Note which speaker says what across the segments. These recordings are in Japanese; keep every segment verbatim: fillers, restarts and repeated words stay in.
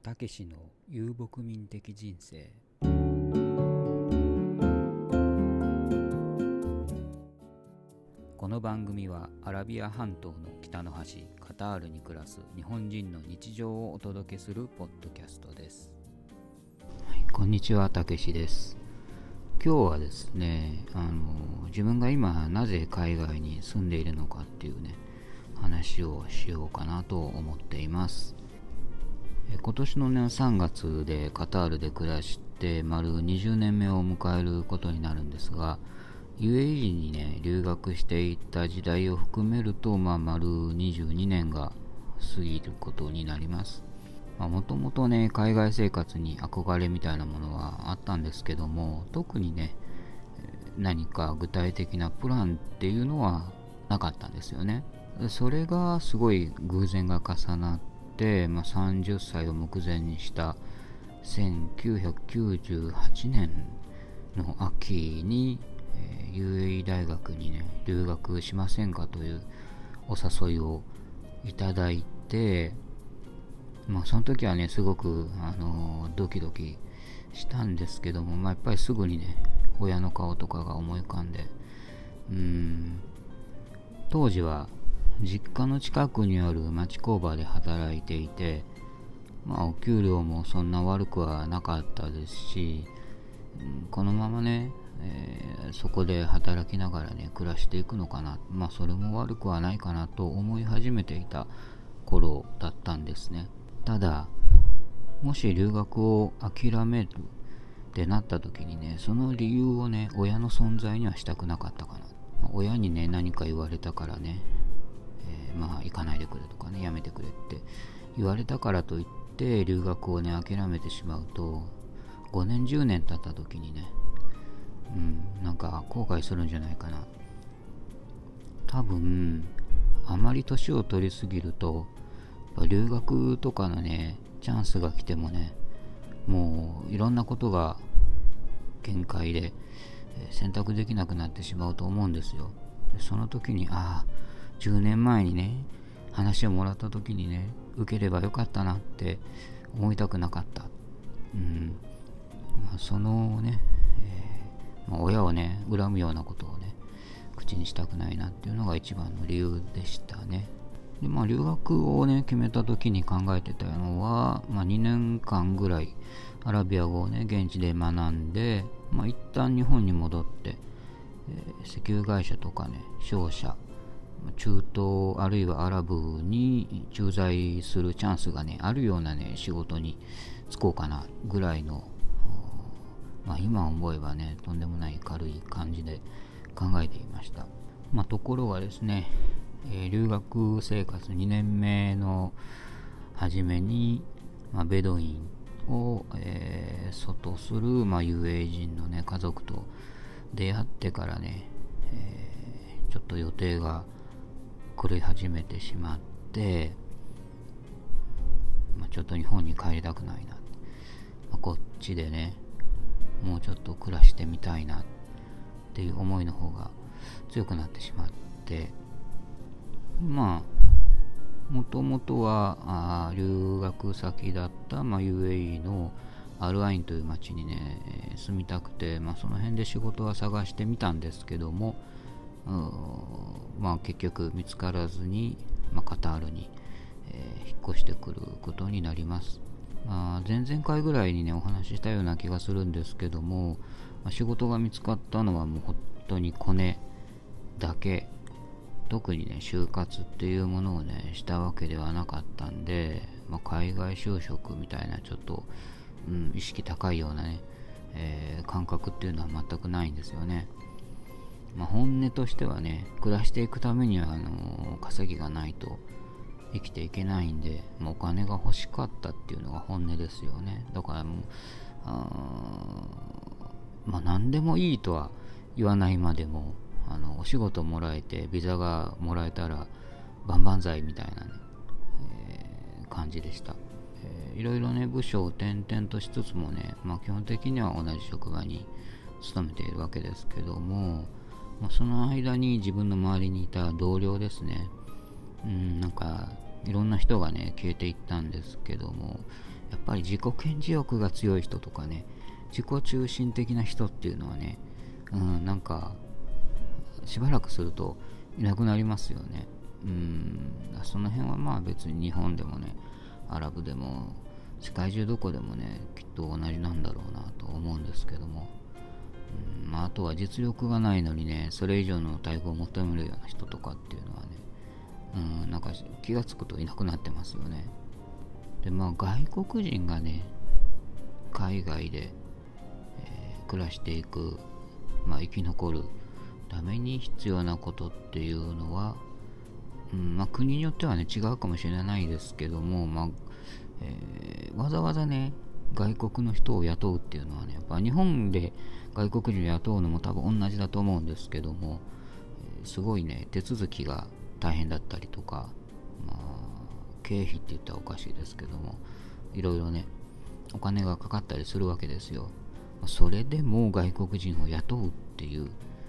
Speaker 1: たけしの遊牧民的人生。この番組はアラビア半島の北の端カタールに暮らす日本人の日常をお届けするポッドキャストです。はい、こんにちは、たけしです。今日はですね、あの自分が今なぜ海外に住んでいるのかっていうね話をしようかなと思っています。今年の、ね、さんがつでカタールで暮らして丸にじゅうねんめを迎えることになるんですが、 ユーエーイー にね留学していた時代を含めると、まあ、丸にじゅうにねんが過ぎることになります。もともとね海外生活に憧れみたいなものはあったんですけども、特にね何か具体的なプランっていうのはなかったんですよね。それがすごい偶然が重なって、まあ、さんじゅっさいを目前にしたせんきゅうひゃくきゅうじゅうはちねんの秋に、えー、ユーエーイー 大学にね留学しませんかというお誘いをいただいて、まあ、その時はねすごく、あのー、ドキドキしたんですけども、まあ、やっぱりすぐにね親の顔とかが思い浮かんで、うーん当時は実家の近くにある町工場で働いていて、まあ、お給料もそんな悪くはなかったですし、このままね、えー、そこで働きながらね暮らしていくのかな、まあそれも悪くはないかなと思い始めていた頃だったんですね。ただもし留学を諦めるってなった時にね、その理由をね親の存在にはしたくなかったかな。まあ、親にね何か言われたからね、えー、まあ行かないでくれとかねやめてくれって言われたからといって留学をね諦めてしまうと、ごねんじゅうねん経った時にね、うん、なんか後悔するんじゃないかな。多分あまり年を取りすぎると留学とかのねチャンスが来てもね、もういろんなことが限界で選択できなくなってしまうと思うんですよ。その時にああじゅうねんまえにね話をもらった時にね受ければよかったなって思いたくなかった。うん、まあ、そのね、えーまあ、親をね恨むようなことをね口にしたくないなっていうのが一番の理由でしたね。で、まあ、留学をね決めた時に考えてたのは、まあ、にねんかんぐらいアラビア語をね現地で学んで、まあ、一旦日本に戻って、えー、石油会社とかね商社、中東あるいはアラブに駐在するチャンスがねあるようなね仕事に就こうかなぐらいの、まあ、今思えばねとんでもない軽い感じで考えていました。まあ、ところがですね、えー、留学生活にねんめの初めに、まあ、ベドインを、えー、外する、まあ、ユーエー人のね家族と出会ってからね、えー、ちょっと予定が狂い始めてしまって、まあ、ちょっと日本に帰りたくないな、まあ、こっちでねもうちょっと暮らしてみたいなっていう思いの方が強くなってしまって、まあもともとはあ留学先だった、まあ、ユーエーイー のアルアインという町にね、えー、住みたくて、まあ、その辺で仕事は探してみたんですけども、まあ、結局見つからずに、まあ、カタールに、えー、引っ越してくることになります。まあ、前々回ぐらいにねお話ししたような気がするんですけども、まあ、仕事が見つかったのはもう本当にコネだけ、特にね就活っていうものをねしたわけではなかったんで、まあ、海外就職みたいなちょっと、うん、意識高いようなね、えー、感覚っていうのは全くないんですよね。まあ、本音としてはね暮らしていくためにはあのー、稼ぎがないと生きていけないんで、まあ、お金が欲しかったっていうのが本音ですよね。だからもうあまあ何でもいいとは言わないまでも、あのお仕事もらえてビザがもらえたら万々歳みたいなね、えー、感じでした。えー、いろいろね部署を転々としつつもね、まあ、基本的には同じ職場に勤めているわけですけども、まあ、その間に自分の周りにいた同僚ですね、うん、なんかいろんな人がね消えていったんですけども、 やっぱり自己顕示欲が強い人とかね、自己中心的な人っていうのはね、うん、なんかしばらくするといなくなりますよね。うん、その辺はまあ別に日本でもね、アラブでも世界中どこでもね、きっと同じなんだろうなと思うんですけども、うん、まあ、あとは実力がないのにね、それ以上の待遇を求めるような人とかっていうのはね、うん、なんか気がつくといなくなってますよね。で、まあ外国人がね、海外で、えー暮らしていく、まあ、生き残るために必要なことっていうのは、うんまあ、国によってはね違うかもしれないですけども、まあえーわざわざね外国の人を雇うっていうのはね、やっぱ日本で外国人を雇うのも多分同じだと思うんですけども、えーすごいね手続きが大変だったりとか、まあ、経費って言ったらおかしいですけども、いろいろねお金がかかったりするわけですよ。それでも外国人を雇うっていう、う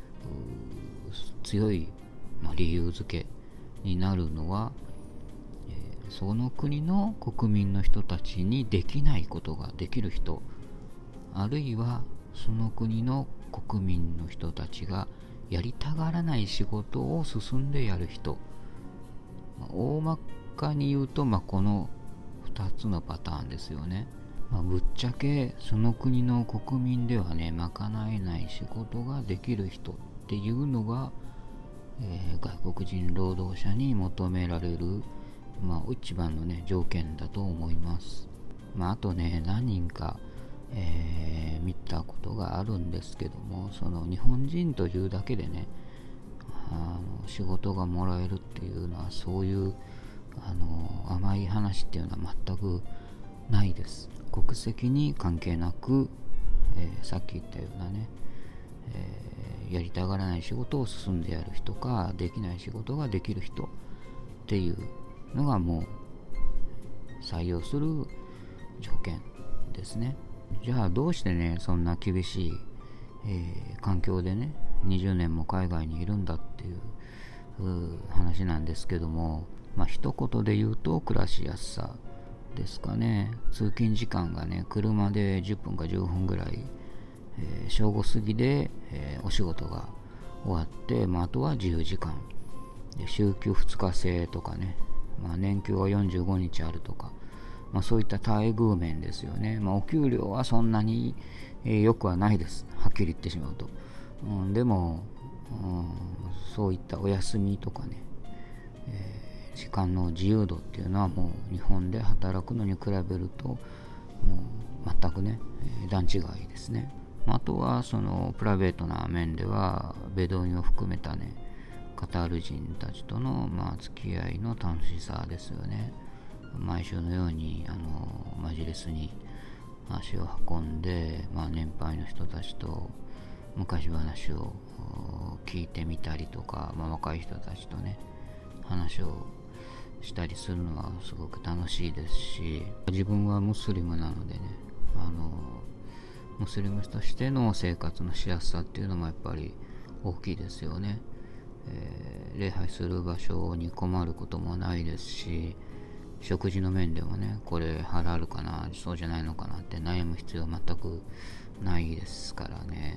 Speaker 1: 強い、まあ、理由付けになるのは、えーその国の国民の人たちにできないことができる人、あるいはその国の国民の人たちがやりたがらない仕事を進んでやる人、まあ大まかに言うと、まあ、このふたつのパターンですよね。まあ、ぶっちゃけその国の国民ではね賄えない仕事ができる人っていうのが、えー外国人労働者に求められる、まあ、一番のね条件だと思います。まあ、あとね何人か、えー見たことがあるんですけども、その日本人というだけでねあの仕事がもらえるっていうのはそういうあの甘い話っていうのは全くないです。国籍に関係なく、えーさっき言ったようなね、えーやりたがらない仕事を進んでやる人か、できない仕事ができる人っていうのがもう採用する条件ですね。じゃあどうしてねそんな厳しい、えー環境でねにじゅうねんも海外にいるんだっていうう話なんですけども、まあ一言で言うと暮らしやすさですかね。通勤時間がね車でじゅっぷんかじゅっぷんぐらい、えー正午過ぎで、えーお仕事が終わって、まあ、あとは自由時間で週休ふつか制とかね、まあ、年休がよんじゅうごにちあるとか、まあ、そういった待遇面ですよね。まあ、お給料はそんなに、えー良くはないです、はっきり言ってしまうと、うん、でも、うん、そういったお休みとかね、えー時間の自由度っていうのはもう日本で働くのに比べるともう全くね、えー段違いですね。あとはそのプライベートな面ではベドウィンを含めたねカタール人たちとのまあ付き合いの楽しさですよね。毎週のようにあのマジレスに足を運んで、まあ、年配の人たちと昔話を聞いてみたりとか、まあ、若い人たちとね話をしたりするのはすごく楽しいですし、自分はムスリムなのでね、あのムスリムとしての生活のしやすさっていうのもやっぱり大きいですよね。えー礼拝する場所に困ることもないですし、食事の面でもねこれハラルかなそうじゃないのかなって悩む必要は全くないですからね。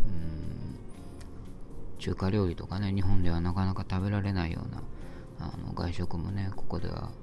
Speaker 1: うん中華料理とかね日本ではなかなか食べられないようなあの外食もねここではあの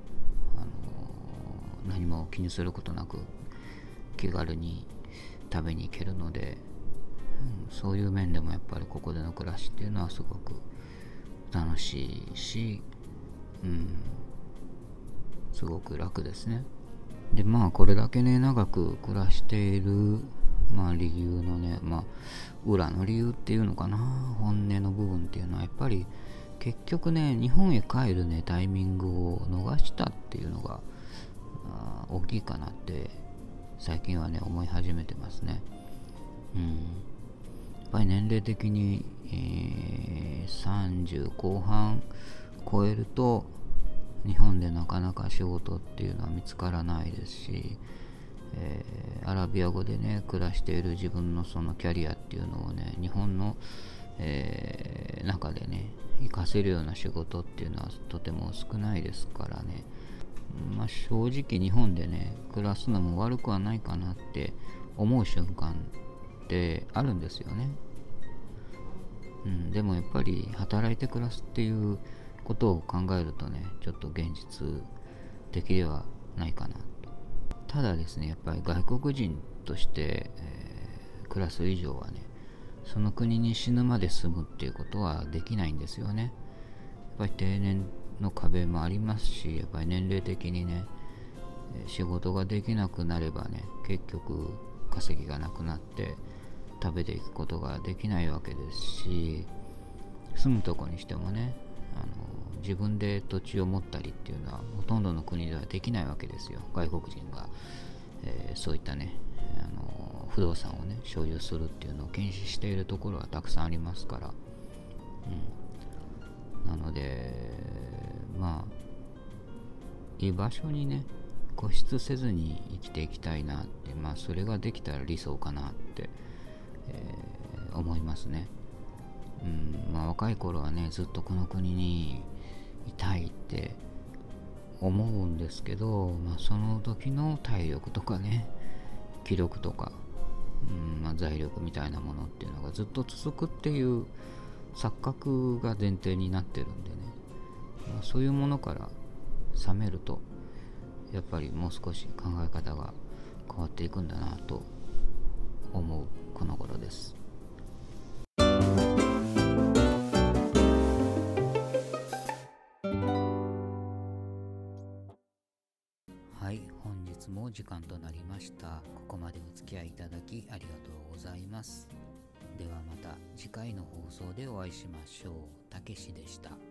Speaker 1: 何も気にすることなく気軽に食べに行けるので、うん、そういう面でもやっぱりここでの暮らしっていうのはすごく楽しいし、うん、すごく楽ですね。でまあこれだけね長く暮らしている、まあ、理由のね、まあ、裏の理由っていうのかな、本音の部分っていうのはやっぱり結局ね日本へ帰るねタイミングを逃したっていうのがあ大きいかなって最近はね思い始めてますね。うん、やっぱり年齢的に、えー、さんじゅうこう半超えると日本でなかなか仕事っていうのは見つからないですし、えーアラビア語でね暮らしている自分のそのキャリアっていうのをね日本の、えー中でね活かせるような仕事っていうのはとても少ないですからね。 まあ、正直日本でね暮らすのも悪くはないかなって思う瞬間ってあるんですよね。うん、でもやっぱり働いて暮らすっていうことを考えるとね、ちょっと現実的ではないかなと。ただですね、やっぱり外国人として、えー暮らす以上はね、その国に死ぬまで住むっていうことはできないんですよね。やっぱり定年の壁もありますし、やっぱり年齢的にね、仕事ができなくなればね、結局稼ぎがなくなって食べていくことができないわけですし、住むとこにしてもね、あの自分で土地を持ったりっていうのはほとんどの国ではできないわけですよ。外国人が、えーそういったね、あの不動産をね所有するっていうのを禁止しているところはたくさんありますから、うん、なのでまあいい場所にね固執せずに生きていきたいなって、まあそれができたら理想かなって、えー思いますね。うん、まあ若い頃はねずっとこの国にいたいって思うんですけど、まあ、その時の体力とかね気力とか、うんまあ、財力みたいなものっていうのがずっと続くっていう錯覚が前提になってるんでね、まあ、そういうものから冷めるとやっぱりもう少し考え方が変わっていくんだなと思うこの頃です。はい、本日も時間となりました。ここまでお付き合いいただきありがとうございます。ではまた次回の放送でお会いしましょう。たけしでした。